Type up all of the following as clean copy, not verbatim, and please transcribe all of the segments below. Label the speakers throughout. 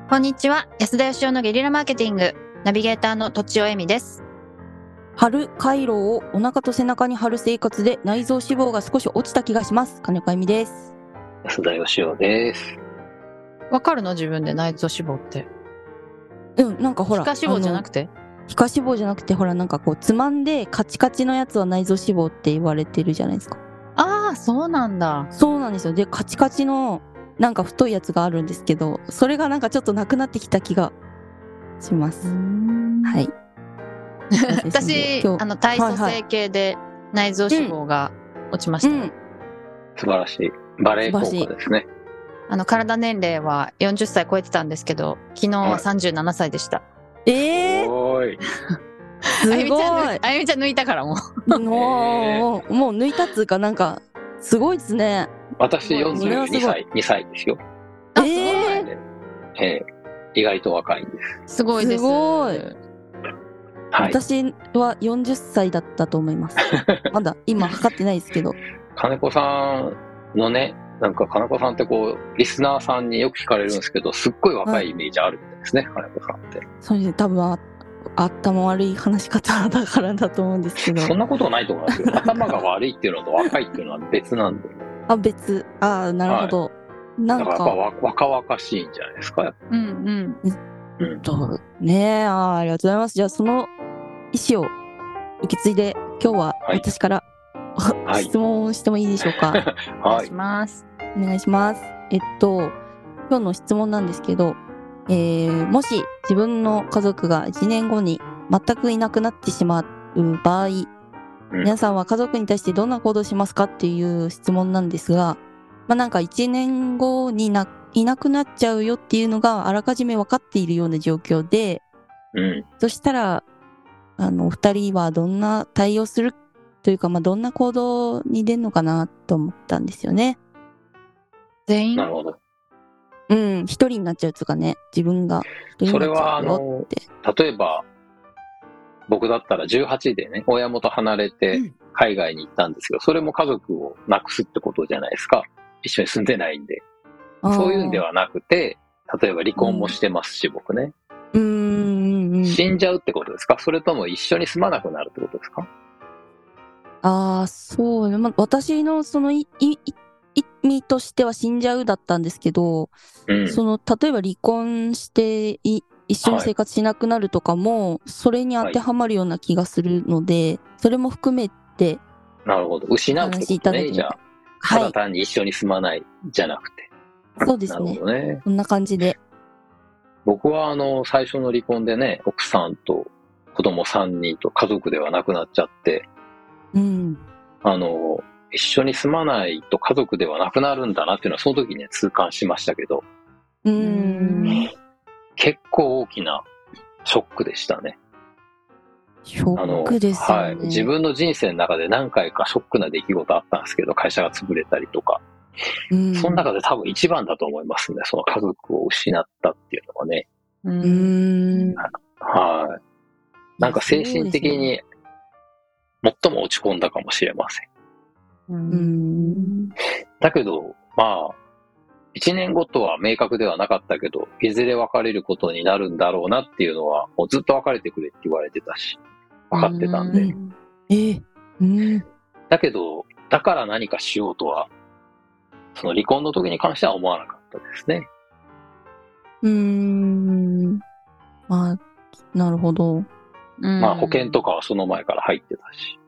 Speaker 1: こんにちは、安田義雄のゲリラマーケティングナビゲーターのとちおえみです。
Speaker 2: 貼カイロをお腹と背中に貼る生活で内臓脂肪が少し落ちた気がします。金子恵美です。
Speaker 3: 安田義雄です。
Speaker 1: わかるの？自分で内臓脂肪って。
Speaker 2: なんかほら、
Speaker 1: 皮下脂肪じゃなくて？
Speaker 2: 皮下脂肪じゃなくて、ほらなんかこうつまんでカチカチのやつは内臓脂肪って言われてるじゃないですか。
Speaker 1: ああ、そうなんだ。
Speaker 2: そうなんですよ。で、カチカチのなんか太いやつがあるんですけど、それがなんかちょっとなくなってきた気がします。はい。
Speaker 1: 私体組成計で内臓脂肪が落ちました。
Speaker 3: 素晴らしい。バレー効果ですね。
Speaker 1: 体年齢は40歳超えてたんですけど、昨日は37歳でした。
Speaker 3: すごい。
Speaker 2: すごい。
Speaker 1: あゆみちゃん抜いたからもう
Speaker 2: もう抜いたっつうかなんかすごいですね。
Speaker 3: 私42歳ですよ。
Speaker 1: すごい。
Speaker 3: 意外と若いんです。
Speaker 1: すごいです。
Speaker 2: すごい。
Speaker 3: はい、
Speaker 2: 私は40歳だったと思います。まだ今測ってないですけど。
Speaker 3: 金子さんのね、なんか金子さんってこうリスナーさんによく聞かれるんですけど、すっごい若いイメージあるみたいですね、金子さんって。
Speaker 2: そうですね、多分頭悪い話し方だからだと思うんですけど。
Speaker 3: そんなことはないと思いますよ。頭が悪いっていうのと若いっていうのは別なんで。
Speaker 2: 別。なるほど。
Speaker 3: はい、なんかやっぱ若々しいんじゃないですか。やっぱ
Speaker 2: ねえ、ありがとうございます。じゃあその意思を受け継いで今日は私から、質問をしてもいいでしょうか。
Speaker 1: お願いします。
Speaker 2: お願いします。今日の質問なんですけど、もし自分の家族が1年後に全くいなくなってしまう場合、皆さんは家族に対してどんな行動をしますかっていう質問なんですが、なんか1年後にいなくなっちゃうよっていうのがあらかじめ分かっているような状況で、そしたらお二人はどんな対応するというか、どんな行動に出るのかなと思ったんですよね。
Speaker 3: 全員？なるほど。
Speaker 2: 一人になっちゃうとかね、自分が一人になっちゃうよって。
Speaker 3: それは例えば僕だったら18でね、親元離れて海外に行ったんですけど、それも家族をなくすってことじゃないですか。一緒に住んでないんで。そういうんではなくて、例えば離婚もしてますし、僕ね。死んじゃうってことですか？それとも一緒に住まなくなるってことですか？
Speaker 2: そうね。私のその意味としては死んじゃうだったんですけど、例えば離婚して一緒に生活しなくなるとかも、それに当てはまるような気がするので、それも含めて
Speaker 3: なるほど。失うってことね。じゃあ、ただ単に一緒に住まないじゃなくて。
Speaker 2: そうですね。なるほどね。こんな感じで。
Speaker 3: 僕は最初の離婚でね、奥さんと子供3人と家族ではなくなっちゃって、一緒に住まないと家族ではなくなるんだなっていうのはその時ね痛感しましたけど、結構大きなショックでしたね。
Speaker 2: ショックですよね。
Speaker 3: 自分の人生の中で何回かショックな出来事あったんですけど、会社が潰れたりとか、その中で多分一番だと思いますね。その家族を失ったっていうのはね。なんか精神的に最も落ち込んだかもしれません。だけど、1年後とは明確ではなかったけど、いずれ別れることになるんだろうなっていうのは、もうずっと別れてくれって言われてたし、分かってたんで。だけど、だから何かしようとは、その離婚の時に関しては思わなかったですね。
Speaker 2: なるほど。
Speaker 3: 保険とかはその前から入ってたし。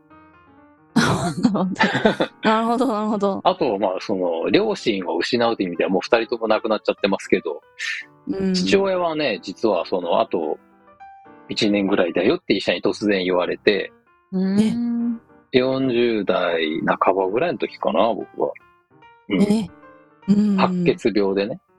Speaker 2: なるほど、なるほど。
Speaker 3: あと、その、両親を失うという意味ではもう2人とも亡くなっちゃってますけど、父親はね、実はその、あと1年ぐらいだよって医者に突然言われて、40代半ばぐらいの時かな、僕は。白血病でね。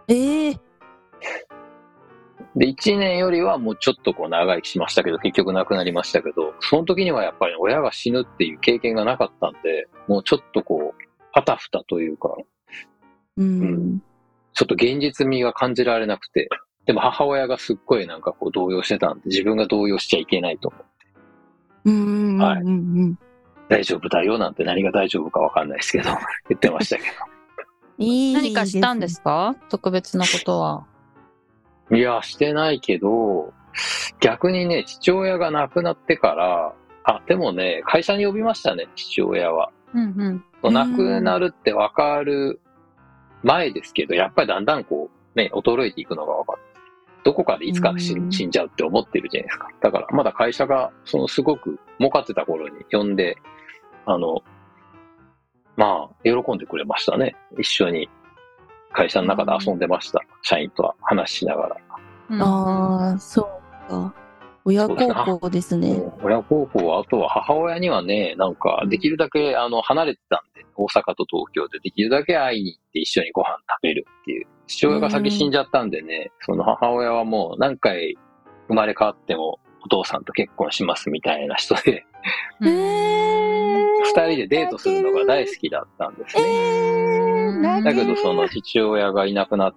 Speaker 3: で、1年よりはもうちょっと長生きしましたけど、結局亡くなりましたけど、その時にはやっぱり親が死ぬっていう経験がなかったんで、もうちょっとあたふたというか、ちょっと現実味が感じられなくて、でも母親がすっごいなんか動揺してたんで、自分が動揺しちゃいけないと思って。大丈夫だよなんて何が大丈夫かわかんないですけど、言ってましたけど。
Speaker 1: 何かしたんですか？特別なことは。
Speaker 3: いや、してないけど、逆にね、父親が亡くなってから、でもね、会社に呼びましたね、父親は。
Speaker 1: うん
Speaker 3: 亡くなるって分かる前ですけど、やっぱりだんだんこう、ね、衰えていくのが分かって、どこかでいつか死んじゃうって思ってるじゃないですか。だから、まだ会社が、すごく儲かってた頃に呼んで、まあ、喜んでくれましたね。一緒に会社の中で遊んでました。社員とは話しながら。
Speaker 2: ああ、そうか。親孝行ですね。
Speaker 3: 親孝行は、あとは母親にはね、なんか、できるだけ、離れてたんで、大阪と東京でできるだけ会いに行って一緒にご飯食べるっていう。父親が先死んじゃったんでね、その母親はもう何回生まれ変わってもお父さんと結婚しますみたいな人で、二人でデートするのが大好きだったんですね。だけどその父親がいなくなって、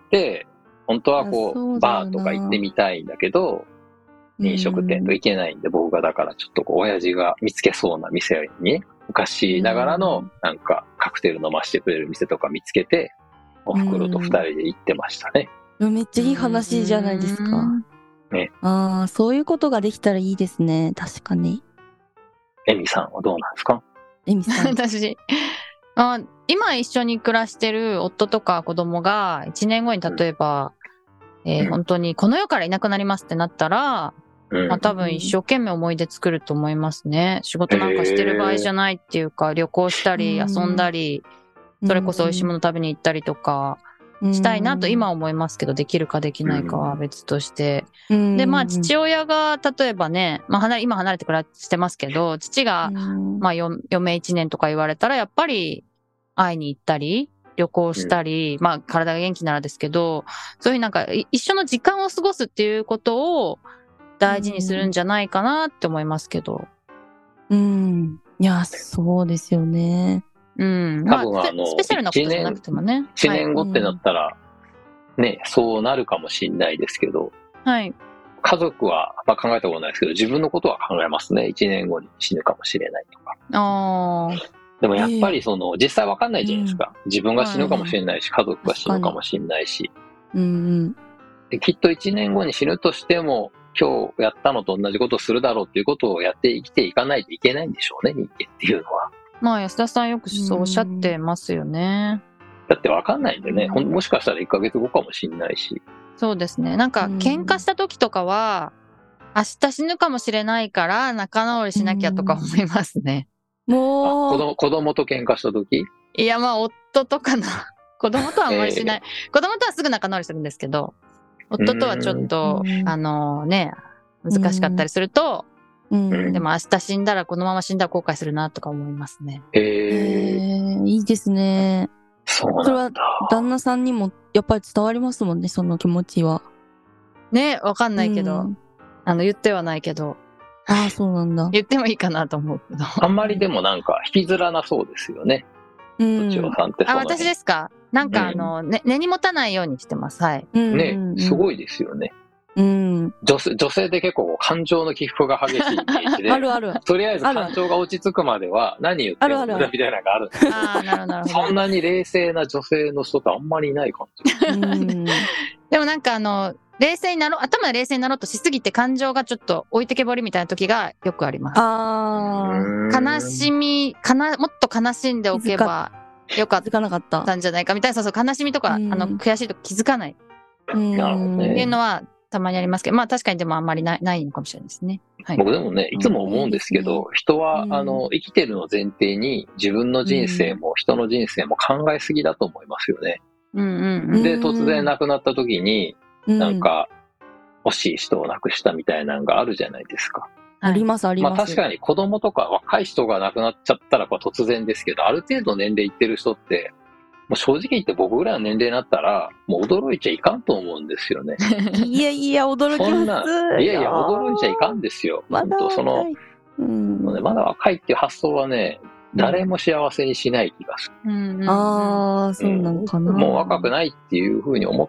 Speaker 3: 本当はこう、バーとか行ってみたいんだけど、飲食店と行けないんで、僕がだからちょっとこう、親父が見つけそうな店にね、昔ながらのなんかカクテル飲ましてくれる店とか見つけて、お袋と二人で行ってましたね。
Speaker 2: めっちゃいい話じゃないですか。
Speaker 3: ね。
Speaker 2: ああ、そういうことができたらいいですね。確かに。
Speaker 3: エミさんはどうなんですか？
Speaker 2: エミさん。
Speaker 1: 私、今一緒に暮らしてる夫とか子供が1年後に例えば、本当にこの世からいなくなりますってなったら、多分一生懸命思い出作ると思いますね。仕事なんかしてる場合じゃないっていうか、旅行したり遊んだり、それこそ美味しいもの食べに行ったりとかしたいなと今思いますけど、できるかできないかは別として。で、まあ父親が例えばね、まあ今離れて暮らしてますけど、父がまあ余命1年とか言われたらやっぱり会いに行ったり、旅行したり、まあ体が元気ならですけど、そういうなんか一緒の時間を過ごすっていうことを大事にするんじゃないかなって思いますけど。
Speaker 2: いや、そうですよね。
Speaker 3: 多分
Speaker 1: スペシャルなことじゃなくてもね。
Speaker 3: 1年後ってなったら、ね、そうなるかもしれないですけど、
Speaker 1: はい。
Speaker 3: 家族は、まあ、考えたことないですけど、自分のことは考えますね。1年後に死ぬかもしれないとか。でもやっぱり実際わかんないじゃないですか。自分が死ぬかもしれないし、家族が死ぬかもしれないし。できっと1年後に死ぬとしても、今日やったのと同じことをするだろうっていうことをやって生きていかないといけないんでしょうね、人間っていうのは。
Speaker 1: まあ安田さんよくそうおっしゃってますよね。
Speaker 3: だってわかんないんでね、もしかしたら1ヶ月後かもしれないし。
Speaker 1: そうですね。なんか喧嘩した時とかは、明日死ぬかもしれないから仲直りしなきゃとか思いますね。
Speaker 2: も
Speaker 3: う子供と喧嘩した時？
Speaker 1: いや、まあ夫とかな。子供とはあんまりしない。子供とはすぐ仲直りするんですけど、夫とはちょっと、ね、難しかったりすると、でも明日死んだらこのまま死んだら後悔するなとか思いますね。
Speaker 2: いいですね。
Speaker 3: そうなんだ。
Speaker 2: それは旦那さんにもやっぱり伝わりますもんね、その気持ちは。
Speaker 1: ね、わかんないけど、言ってはないけど。
Speaker 2: ああ、そうなんだ。
Speaker 1: 言ってもいいかなと思うけど。
Speaker 3: あんまりでもなんか引きずらなそうですよね。とちおさんって
Speaker 1: 私ですか？なんか根に持たないようにしてます。はい。
Speaker 3: ね、すごいですよね。女性って結構感情の起伏が激しいイメージで、
Speaker 2: あるある。
Speaker 3: とりあえず感情が落ち着くまでは何言っても無駄みたいなのがあるんですよ。
Speaker 1: なるほど。
Speaker 3: そんなに冷静な女性の人ってあんまりいない感じ。
Speaker 1: でもなんか頭で冷静になろうとしすぎて感情がちょっと置いてけぼりみたいな時がよくあります。悲しみ、もっと悲しんでおけばよかったんじゃないかみたいな、そう悲しみとか、悔しいと気づかない。っていうのはたまにありますけど、まあ確かにでもあんまりないのかもしれないですね。はい、
Speaker 3: 僕でもね、いつも思うんですけど、人は、生きてるの前提に自分の人生も人の人生も考えすぎだと思いますよね。で、突然亡くなった時に、なんか、欲しい人を亡くしたみたいなのがあるじゃないですか。
Speaker 2: あります、あります。
Speaker 3: まあ確かに子供とか若い人が亡くなっちゃったら突然ですけど、ある程度年齢いってる人って、もう正直言って僕ぐらいの年齢になったら、もう驚いちゃいかんと思うんですよね。
Speaker 2: いやいや、驚きます。
Speaker 3: いやいや、驚いちゃいかんですよ。
Speaker 2: まだ若い。
Speaker 3: まだ若いっていう発想はね、誰も幸せにしない気がする。
Speaker 2: ああ、そうなのかな。
Speaker 3: もう若くないっていうふうに思って、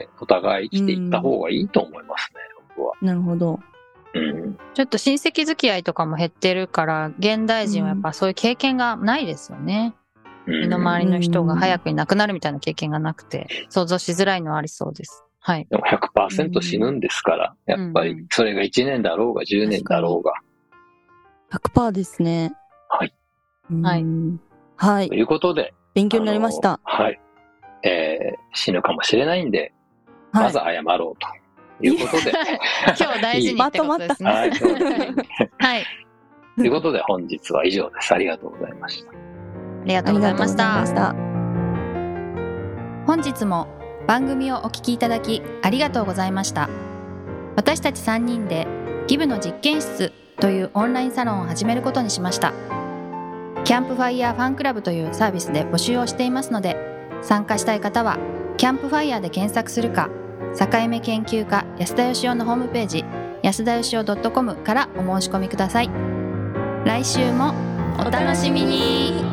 Speaker 3: お互い生きていった方がいいと思いますね、僕は。
Speaker 2: なるほど。
Speaker 1: ちょっと親戚付き合いとかも減ってるから、現代人はやっぱそういう経験がないですよね。身の回りの人が早くに亡くなるみたいな経験がなくて、想像しづらいのはありそうです。 はい。
Speaker 3: でも 100% 死ぬんですから、やっぱりそれが1年だろうが10年だろうが。
Speaker 2: 100% ですね。
Speaker 3: はい。
Speaker 1: はい。
Speaker 2: はい。
Speaker 3: ということで。
Speaker 2: 勉強になりました。
Speaker 3: はい。死ぬかもしれないんで、まず謝ろうということで。
Speaker 1: 今日大事にってことですね。
Speaker 3: はい。
Speaker 1: はい。
Speaker 3: ということで本日は以上です。ありがとうございました。
Speaker 1: ありがとうございました。
Speaker 4: 本日も番組をお聞きいただきありがとうございました。私たち3人でギブの実験室というオンラインサロンを始めることにしました。キャンプファイヤーファンクラブというサービスで募集をしていますので、参加したい方はキャンプファイヤーで検索するか、境目研究家安田義雄のホームページ安田義雄 .com からお申し込みください。来週もお楽しみに。